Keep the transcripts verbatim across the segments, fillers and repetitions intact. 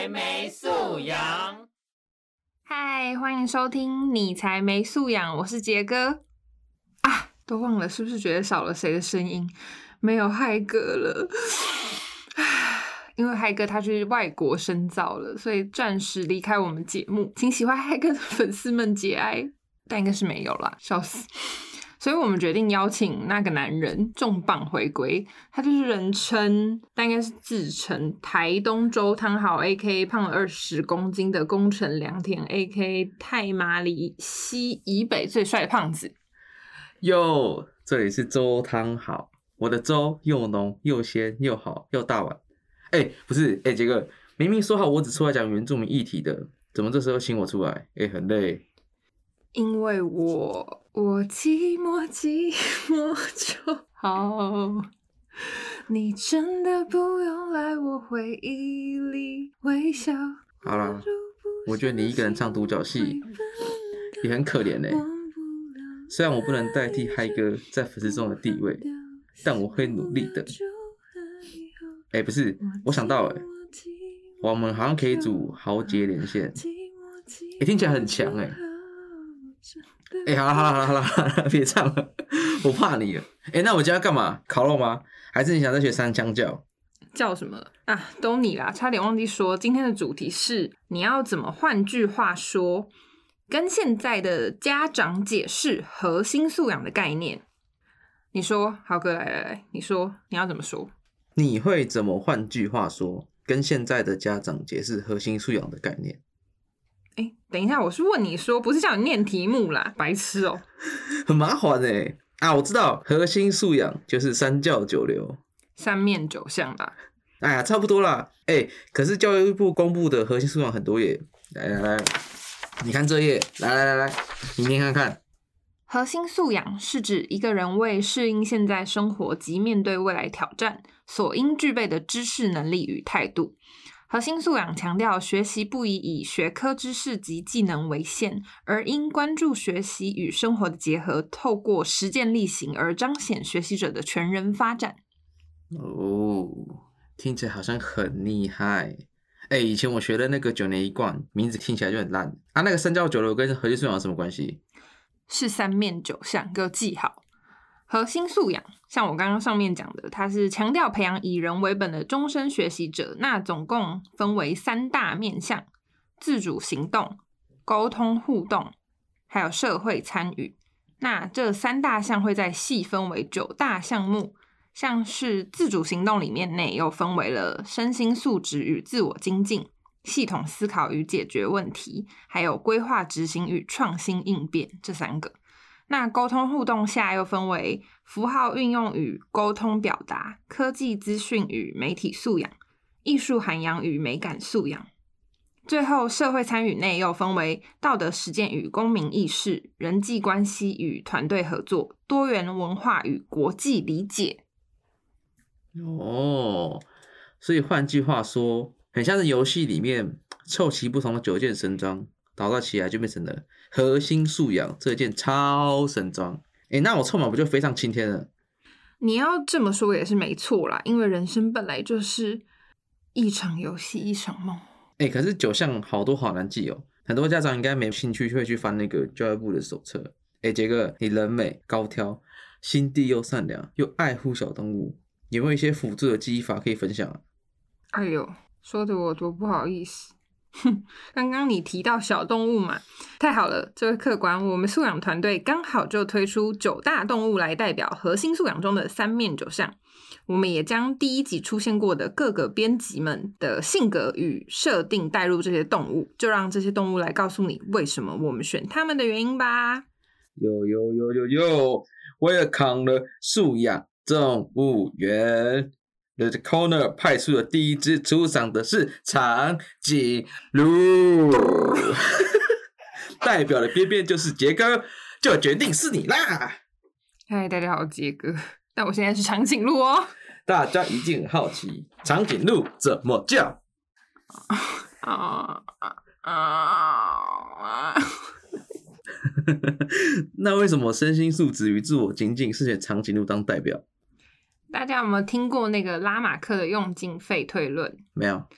才没素养。 嗨，欢迎收听你才没素养，我是杰哥啊，都忘了是不是觉得少了谁的声音？没有嗨哥了，因为嗨哥他去外国深造了，所以暂时离开我们节目，请喜欢嗨哥的粉丝们节哀，但应该是没有啦，笑死。所以我们决定邀请那个男人重磅回归，他就是人称，但应该是自称台东周汤豪 A K A 胖了二十公斤的宫城良田 A K A 太麻里西以北最帅的胖子。 哟，这里是周汤豪，我的粥又浓又鲜又好又大碗。哎、欸，不是，哎、欸，杰哥，明明说好我只出来讲原住民议题的，怎么这时候请我出来？哎、欸，很累。 因为我我寂寞寂寞就好，你真的不用来我回忆里微笑。 好啦，我觉得你一个人唱独角戏也很可怜欸。虽然我不能代替嗨哥在粉丝中的地位，但我会努力的。哎、欸，不是，我想到哎、欸，我们好像可以组豪杰连线，哎、欸，听起来很强哎、欸。哎、欸，好了好了好了好了好了，别唱了，我怕你了。哎、欸，那我今天要干嘛？烤肉吗？还是你想再学三腔叫？ 叫什么了啊？都你啦，差点忘记说，今天的主题是你要怎么换句话说，跟现在的家长解释核心素养的概念。你说，豪哥，来来来，你说你要怎么说？ 你会怎么换句话说，跟现在的家长解释核心素养的概念？ 哎，等一下，我是问你说，不是叫你念题目啦，白痴哦、喔， 很麻烦哎、欸、啊！我知道核心素养就是三教九流、 三面九项啦。 哎呀，差不多啦。哎、欸，可是教育部公布的核心素养很多页，来来来，你看这页，来来来来，你念看看。 核心素养是指一个人为适应现在生活及面对未来挑战所应具备的知识能力与态度。核心素养强调学习不宜以学科知识及技能为限，而应关注学习与生活的结合，透过实践力行而彰显学习者的全人发展。 哦，听起来好像很厉害。哎、欸，以前我学的那个九年一贯，名字听起来就很烂啊。那个三教九流跟核心素养有什么关系？ 是三面九项，给我记好。核心素养，像我刚刚上面讲的，它是强调培养以人为本的终身学习者。那总共分为三大面向：自主行动、沟通互动，还有社会参与。那这三大项会再细分为九大项目，像是自主行动里面内又分为了身心素质与自我精进、系统思考与解决问题，还有规划执行与创新应变这三个。那沟通互动下又分为符号运用与沟通表达、科技资讯与媒体素养、艺术涵养与美感素养。最后社会参与内又分为道德实践与公民意识、人际关系与团队合作、多元文化与国际理解。 哦，所以换句话说，很像是游戏里面凑齐不同的九件神装，导到起来就变成了核心素养这件超神装。诶，那我凑满不就飞上青天了？ 你要这么说也是没错啦，因为人生本来就是一场游戏一场梦。 诶，可是九项好多好难记哦，很多家长应该没兴趣会去翻那个教育部的手册。诶，杰哥，你人美高挑，心地又善良，又爱护小动物，有没有一些辅助的记忆法可以分享啊？ 哎呦，说的我多不好意思。哼，刚刚你提到小动物嘛，太好了，这位客官，我们素养团队刚好就推出九大动物来代表核心素养中的三面九项。我们也将第一集出现过的各个编辑们的性格与设定带入这些动物，就让这些动物来告诉你为什么我们选他们的原因吧。 有有有有有，我也扛了素养动物园。The Corner 派出的第一只出场的是长颈鹿，代表的边边就是杰哥，就决定是你啦。 嗨，大家好，杰哥，但我现在是长颈鹿哦。 大家一定很好奇，长颈鹿怎么叫？ 啊啊啊！ 那为什么身心素质与自我精进是选长颈鹿当代表？ 大家有没有听过那个拉马克的用进废退论？ 没有。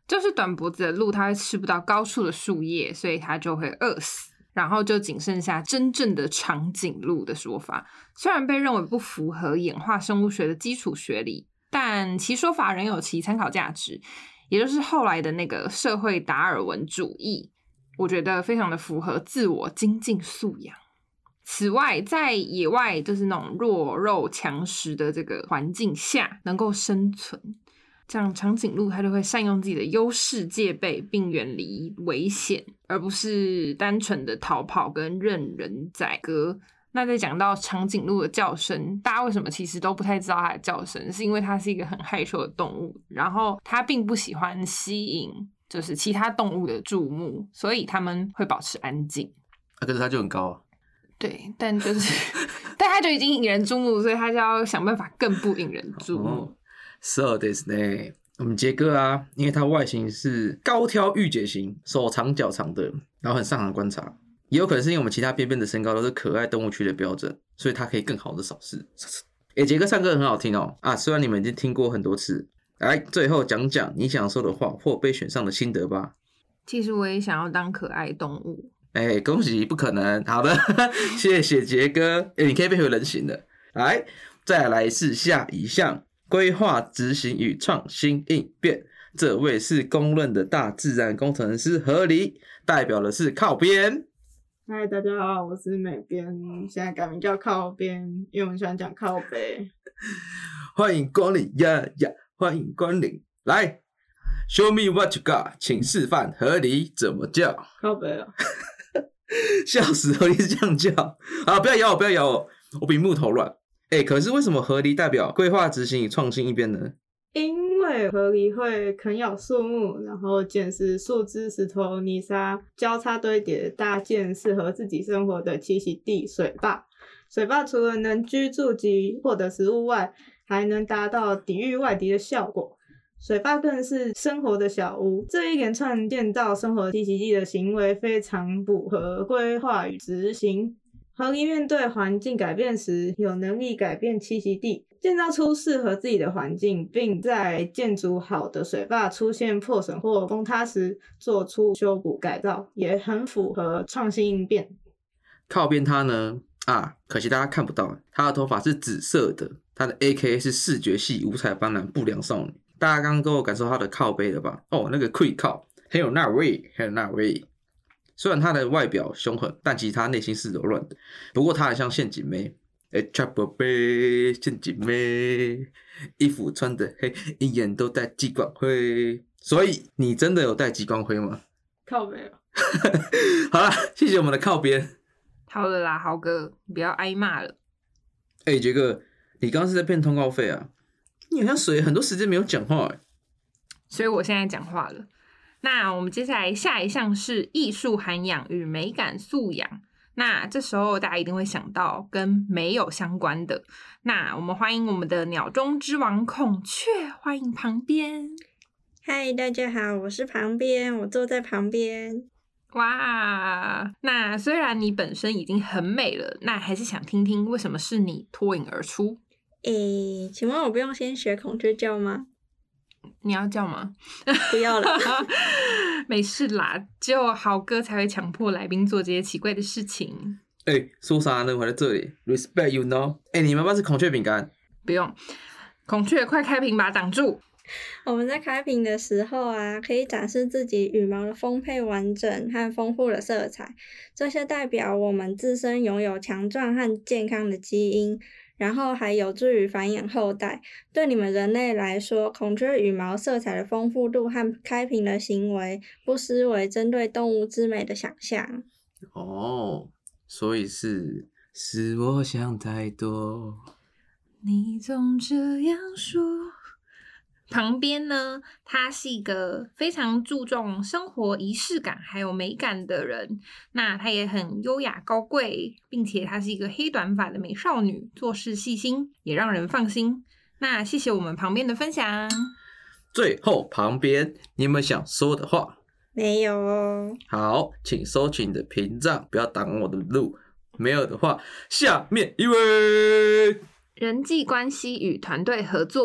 就是短脖子的鹿，它会吃不到高处的树叶，所以它就会饿死。然后就仅剩下真正的长颈鹿的说法，虽然被认为不符合演化生物学的基础学理，但其说法仍有其参考价值，也就是后来的那个社会达尔文主义，我觉得非常的符合自我精进素养。此外，在野外就是那种弱肉强食的这个环境下能够生存，这样长颈鹿它就会善用自己的优势戒备并远离危险，而不是单纯的逃跑跟任人宰割。那在讲到长颈鹿的叫声，大家为什么其实都不太知道它的叫声，是因为它是一个很害羞的动物，然后它并不喜欢吸引就是其他动物的注目，所以它们会保持安静。 啊，可是它就很高啊。 对，但就是但它就已经引人注目，所以它就要想办法更不引人注目。 哦そうですね。我们杰哥啊，因为他外形是高挑御姐型，手长脚长的，然后很擅长观察，也有可能是因为我们其他边边的身高都是可爱动物区的标准，所以他可以更好的扫视。诶，杰哥唱歌很好听哦啊！虽然你们已经听过很多次，来最后讲讲你想说的话或被选上的心得吧。 其实我也想要当可爱动物。 哎，恭喜，不可能。好的，谢谢杰哥。诶，你可以变回人形的。来，再来是下一项。规划、执行与创新应变，这位是公认的大自然工程师河狸，代表的是靠边。 嗨，大家好，我是美编，现在改名叫靠边，因为我们喜欢讲靠北。 欢迎光临呀呀，欢迎光临。来 ，Show me what you got， 请示范河狸怎么叫。 靠北啊！ 笑死，河狸是这样叫啊！不要咬我，不要咬我，我比木头软。欸，可是为什么河狸代表规划、执行与创新应变呢？ 因为河狸会啃咬树木，然后捡拾树枝、石头、泥沙，交叉堆叠搭建适合自己生活的栖息地——水坝。水坝除了能居住及获得食物外，还能达到抵御外敌的效果。水坝更是生活的小屋，这一连串建造生活栖息地的行为非常符合规划与执行。河狸面对环境改变时，有能力改变栖息地，建造出适合自己的环境，并在建筑好的水坝出现破损或崩塌时，做出修补改造，也很符合创新应变。 靠边他呢？啊，可惜大家看不到，他的头发是紫色的，他的 A K A 是视觉系五彩斑斓不良少女。大家刚刚都有感受他的靠背了吧？哦，那个跪靠，很有那味，很有那味。虽然他的外表凶狠，但其实他内心是柔软的。不过他很像陷阱妹，哎，差宝贝，陷阱妹，衣服穿的黑，一眼都带激光辉。所以你真的有带激光辉吗？ 靠北啊！ 好啦，谢谢我们的靠边。 好了啦，豪哥，你不要挨骂了。 哎、欸，杰哥，你刚刚是在骗通告费啊？你好像水很多时间没有讲话哎。 所以我现在讲话了。那我们接下来下一项是艺术涵养与美感素养。那这时候大家一定会想到跟美有相关的。那我们欢迎我们的鸟中之王孔雀，欢迎旁边。 嗨，大家好，我是旁边，我坐在旁边。 哇，那虽然你本身已经很美了，那还是想听听为什么是你脱颖而出？ 诶，请问我不用先学孔雀叫吗？ 你要叫吗？ 不要了。 没事啦，只有豪哥才会强迫来宾做这些奇怪的事情。 哎、欸，说啥呢？我在这里 ，respect you know。哎、欸，你们要不要吃孔雀饼干？ 不用，孔雀快开屏吧，挡住。 我们在开屏的时候啊，可以展示自己羽毛的丰沛完整和丰富的色彩，这些代表我们自身拥有强壮和健康的基因，然后还有助于繁衍后代。对你们人类来说，孔雀羽毛色彩的丰富度和开屏的行为，不失为针对动物之美的想象。 哦，所以是是我想太多。 你总这样说。旁边呢，他是一个非常注重生活仪式感还有美感的人，那他也很优雅高贵，并且她是一个黑短发的美少女，做事细心，也让人放心。那谢谢我们旁边的分享。 最后旁边你有没有想说的话？ 没有哦。 好，请收起你的屏障，不要挡我的路。没有的话，下面一位。 人际关系与团队合作。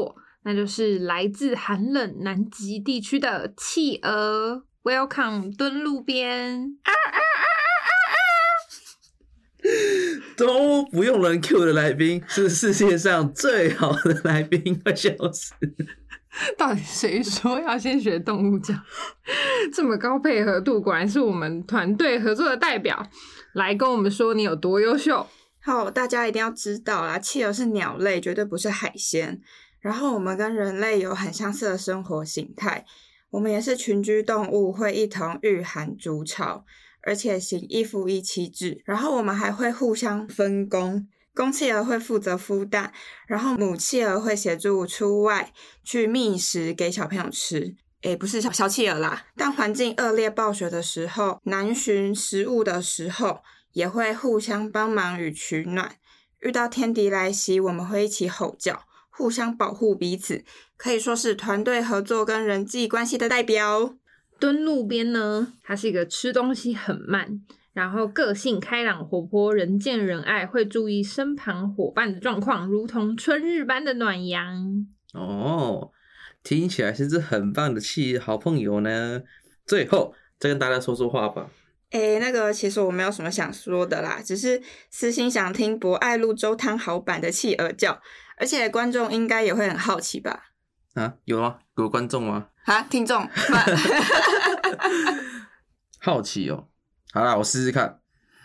那就是来自寒冷南极地区的企鹅。Welcome 蹲路边。啊啊啊啊啊！ 都不用人 Q 的来宾是世界上最好的来宾，快笑死！ 到底谁说要先学动物叫？这么高配合度，果然是我们团队合作的代表。来跟我们说你有多优秀。 好，大家一定要知道啦，企鹅是鸟类，绝对不是海鲜。然后我们跟人类有很相似的生活形态，我们也是群居动物，会一同御寒筑巢，而且行一夫一妻制。然后我们还会互相分工，公企鹅会负责孵蛋，然后母企鹅会协助出外去觅食给小朋友吃。诶，不是小小企鹅啦，但环境恶劣暴雪的时候，难寻食物的时候，也会互相帮忙与取暖。遇到天敌来袭，我们会一起吼叫，互相保护彼此，可以说是团队合作跟人际关系的代表。 蹲路边呢，它是一个吃东西很慢，然后个性开朗活泼，人见人爱，会注意身旁伙伴的状况，如同春日般的暖阳。 哦，听起来是只很棒的企鹅好朋友呢。最后再跟大家说说话吧。 诶，那个其实我没有什么想说的啦，只是私心想听博爱路周汤豪版的企鹅叫，而且观众应该也会很好奇吧？ 啊，有吗？有观众吗？ 啊，听众好奇哦。好啦，我试试看。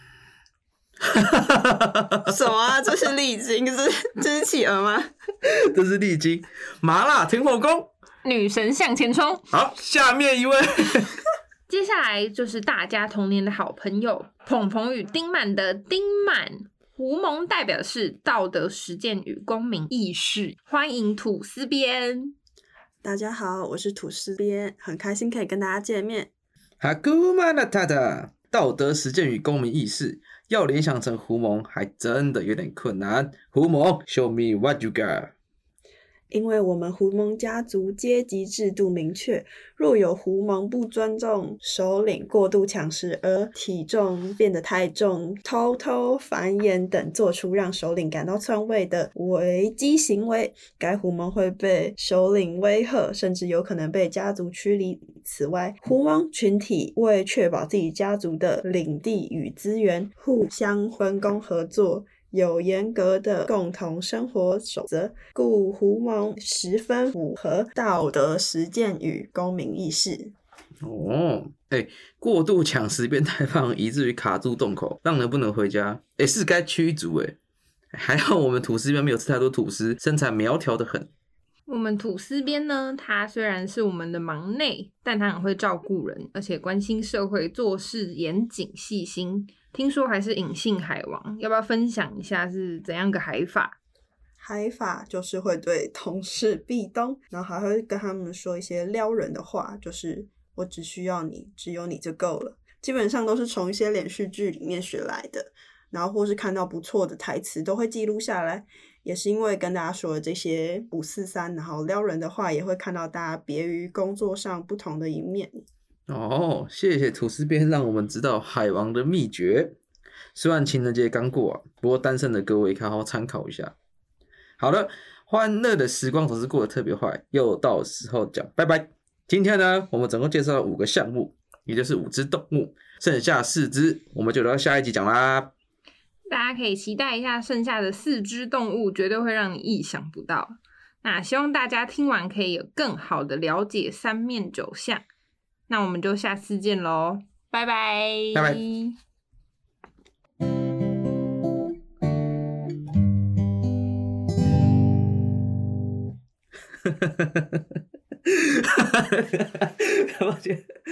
什么啊？这是丽晶，这是这是企鹅吗？ 这是丽晶，麻辣天后宫， 女神向前冲。 好，下面一位。 接下来就是大家童年的好朋友鹏鹏与丁满的丁满。狐獴代表的是道德实践与公民意识。欢迎吐司边。 大家好，我是吐司边，很开心可以跟大家见面。 哈古马纳塔塔，道德实践与公民意识，要联想成狐獴还真的有点困难。狐獴 ，Show me what you got。 因为我们狐獴家族阶级制度明确，若有狐獴不尊重首领、过度抢食而体重变得太重、偷偷繁衍等做出让首领感到篡位的危机行为，该狐獴会被首领威吓，甚至有可能被家族驱离。此外，狐獴群体为确保自己家族的领地与资源，互相分工合作，有严格的共同生活守则，故狐獴十分符合道德实践与公民意识。 哦，哎、欸，过度抢食变太胖，以至于卡住洞口，让人不能回家，哎、欸，是该驱逐哎。还好我们吐司边没有吃太多吐司，身材苗条的很。 我们吐司边呢，他虽然是我们的忙内，但他很会照顾人，而且关心社会，做事严谨细心。听说还是隐性海王，要不要分享一下是怎样个海法？ 海法就是会对同事壁咚，然后还会跟他们说一些撩人的话，就是我只需要你，只有你就够了。基本上都是从一些连续剧里面学来的，然后或是看到不错的台词都会记录下来。也是因为跟大家说了这些五四三，然后撩人的话，也会看到大家别于工作上不同的一面。 哦，谢谢吐司边让我们知道海王的秘诀。虽然情人节刚过啊，不过单身的各位可以好好参考一下。好了，欢乐的时光总是过得特别快，又到时候讲拜拜。今天呢，我们总共介绍了五个项目，也就是五只动物，剩下四只我们就留到下一集讲啦。 大家可以期待一下剩下的四只动物，绝对会让你意想不到。那希望大家听完可以有更好的了解三面九象。那我们就下次见咯，拜拜， 拜拜。抱歉。